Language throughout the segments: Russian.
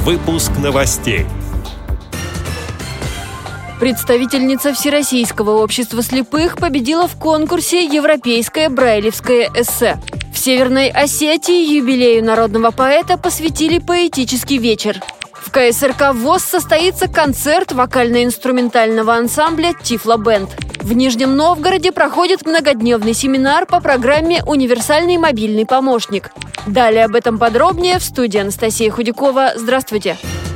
Выпуск новостей. Представительница Всероссийского общества слепых победила в конкурсе «Европейское брайлевское эссе». В Северной Осетии юбилею народного поэта посвятили поэтический вечер. В КСРК ВОС состоится концерт вокально-инструментального ансамбля «Тифло-бенд». В Нижнем Новгороде проходит многодневный семинар по программе «Универсальный мобильный помощник». Далее об этом подробнее в студии Анастасия Худякова. Здравствуйте!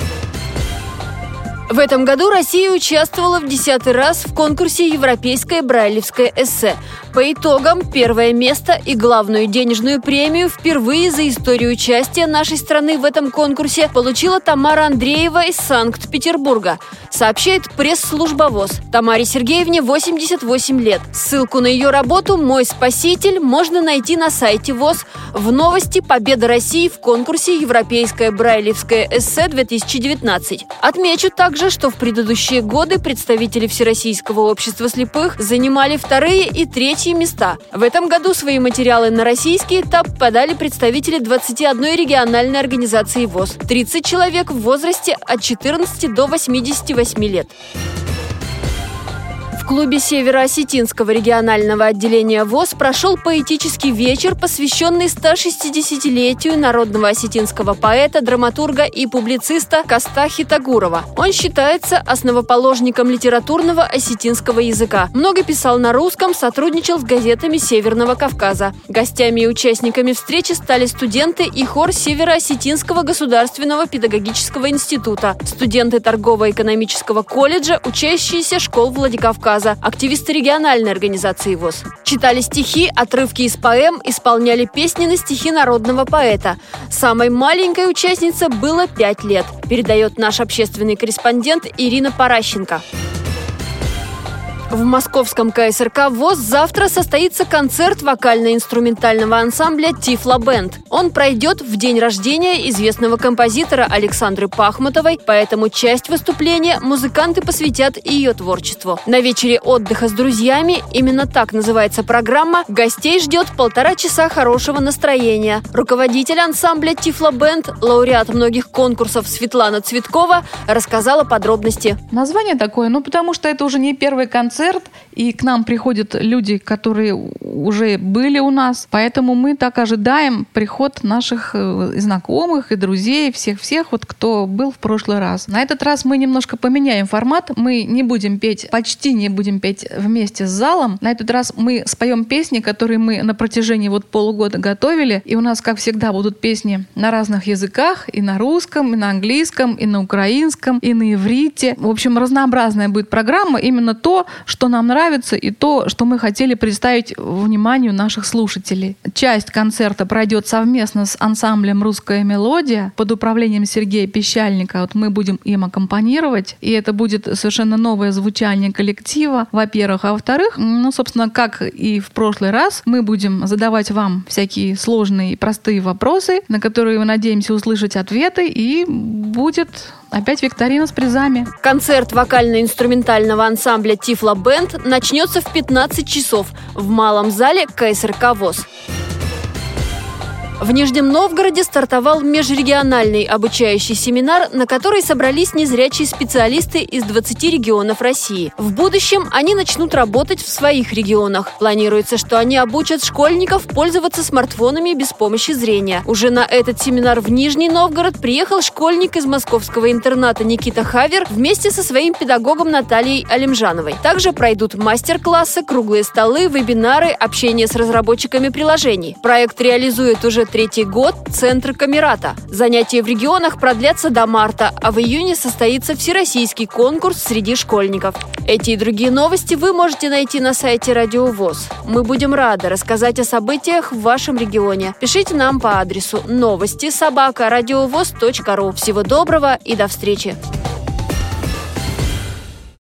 В этом году Россия участвовала в 10-й раз в конкурсе «Европейское брайлевское эссе». По итогам первое место и главную денежную премию впервые за историю участия нашей страны в этом конкурсе получила Тамара Андреева из Санкт-Петербурга, сообщает пресс-служба ВОС. Тамаре Сергеевне 88 лет. Ссылку на ее работу «Мой спаситель» можно найти на сайте ВОС в новости «Победа России в конкурсе «Европейское брайлевское эссе-2019». Отмечу также, что в предыдущие годы представители Всероссийского общества слепых занимали вторые и третьи места. В этом году свои материалы на российский этап подали представители 21 региональной организации ВОС. 30 человек в возрасте от 14 до 88 лет. В клубе Северо-Осетинского регионального отделения ВОС прошел поэтический вечер, посвященный 160-летию народного осетинского поэта, драматурга и публициста Коста Хитагурова. Он считается основоположником литературного осетинского языка. Много писал на русском, сотрудничал с газетами Северного Кавказа. Гостями и участниками встречи стали студенты и хор Северо-Осетинского государственного педагогического института, студенты торгово-экономического колледжа, учащиеся школ Владикавказа, активисты региональной организации ВОС. Читали стихи, отрывки из поэм, исполняли песни на стихи народного поэта. Самой маленькой участнице было 5 лет, передает наш общественный корреспондент Ирина Паращенко. В московском КСРК ВОС завтра состоится концерт вокально-инструментального ансамбля «Тифло-бенд». Он пройдет в день рождения известного композитора Александры Пахмутовой, поэтому часть выступления музыканты посвятят ее творчеству. На вечере отдыха с друзьями, именно так называется программа, гостей ждет 1,5 часа хорошего настроения. Руководитель ансамбля «Тифло-бенд», лауреат многих конкурсов Светлана Цветкова, рассказала подробности. Название такое, потому что это уже не первый концерт, и к нам приходят люди, которые уже были у нас. Поэтому мы так ожидаем приход наших знакомых и друзей, всех, кто был в прошлый раз. На этот раз мы немножко поменяем формат. Мы не будем петь, почти не будем петь вместе с залом. На этот раз мы споем песни, которые мы на протяжении полугода готовили. И у нас, как всегда, будут песни на разных языках. И на русском, и на английском, и на украинском, и на иврите. В общем, разнообразная будет программа. Именно то, что нам нравится, и то, что мы хотели представить вниманию наших слушателей. Часть концерта пройдет совместно с ансамблем «Русская мелодия» под управлением Сергея Пещальника. Мы будем им аккомпанировать, и это будет совершенно новое звучание коллектива, во-первых. А во-вторых, собственно, как и в прошлый раз, мы будем задавать вам всякие сложные и простые вопросы, на которые мы надеемся услышать ответы, и будет опять викторина с призами. Концерт вокально-инструментального ансамбля «Тифло-бенд» начнется в 15 часов в малом зале КСРК ВОС. В Нижнем Новгороде стартовал межрегиональный обучающий семинар, на который собрались незрячие специалисты из 20 регионов России. В будущем они начнут работать в своих регионах. Планируется, что они обучат школьников пользоваться смартфонами без помощи зрения. Уже на этот семинар в Нижний Новгород приехал школьник из московского интерната Никита Хавер вместе со своим педагогом Натальей Алимжановой. Также пройдут мастер-классы, круглые столы, вебинары, общение с разработчиками приложений. Проект реализует уже 3-й год Центр Камерата. Занятия в регионах продлятся до марта, а в июне состоится всероссийский конкурс среди школьников. Эти и другие новости вы можете найти на сайте Радио ВОС. Мы будем рады рассказать о событиях в вашем регионе. Пишите нам по адресу новости@радиовос.ру. Всего доброго и до встречи!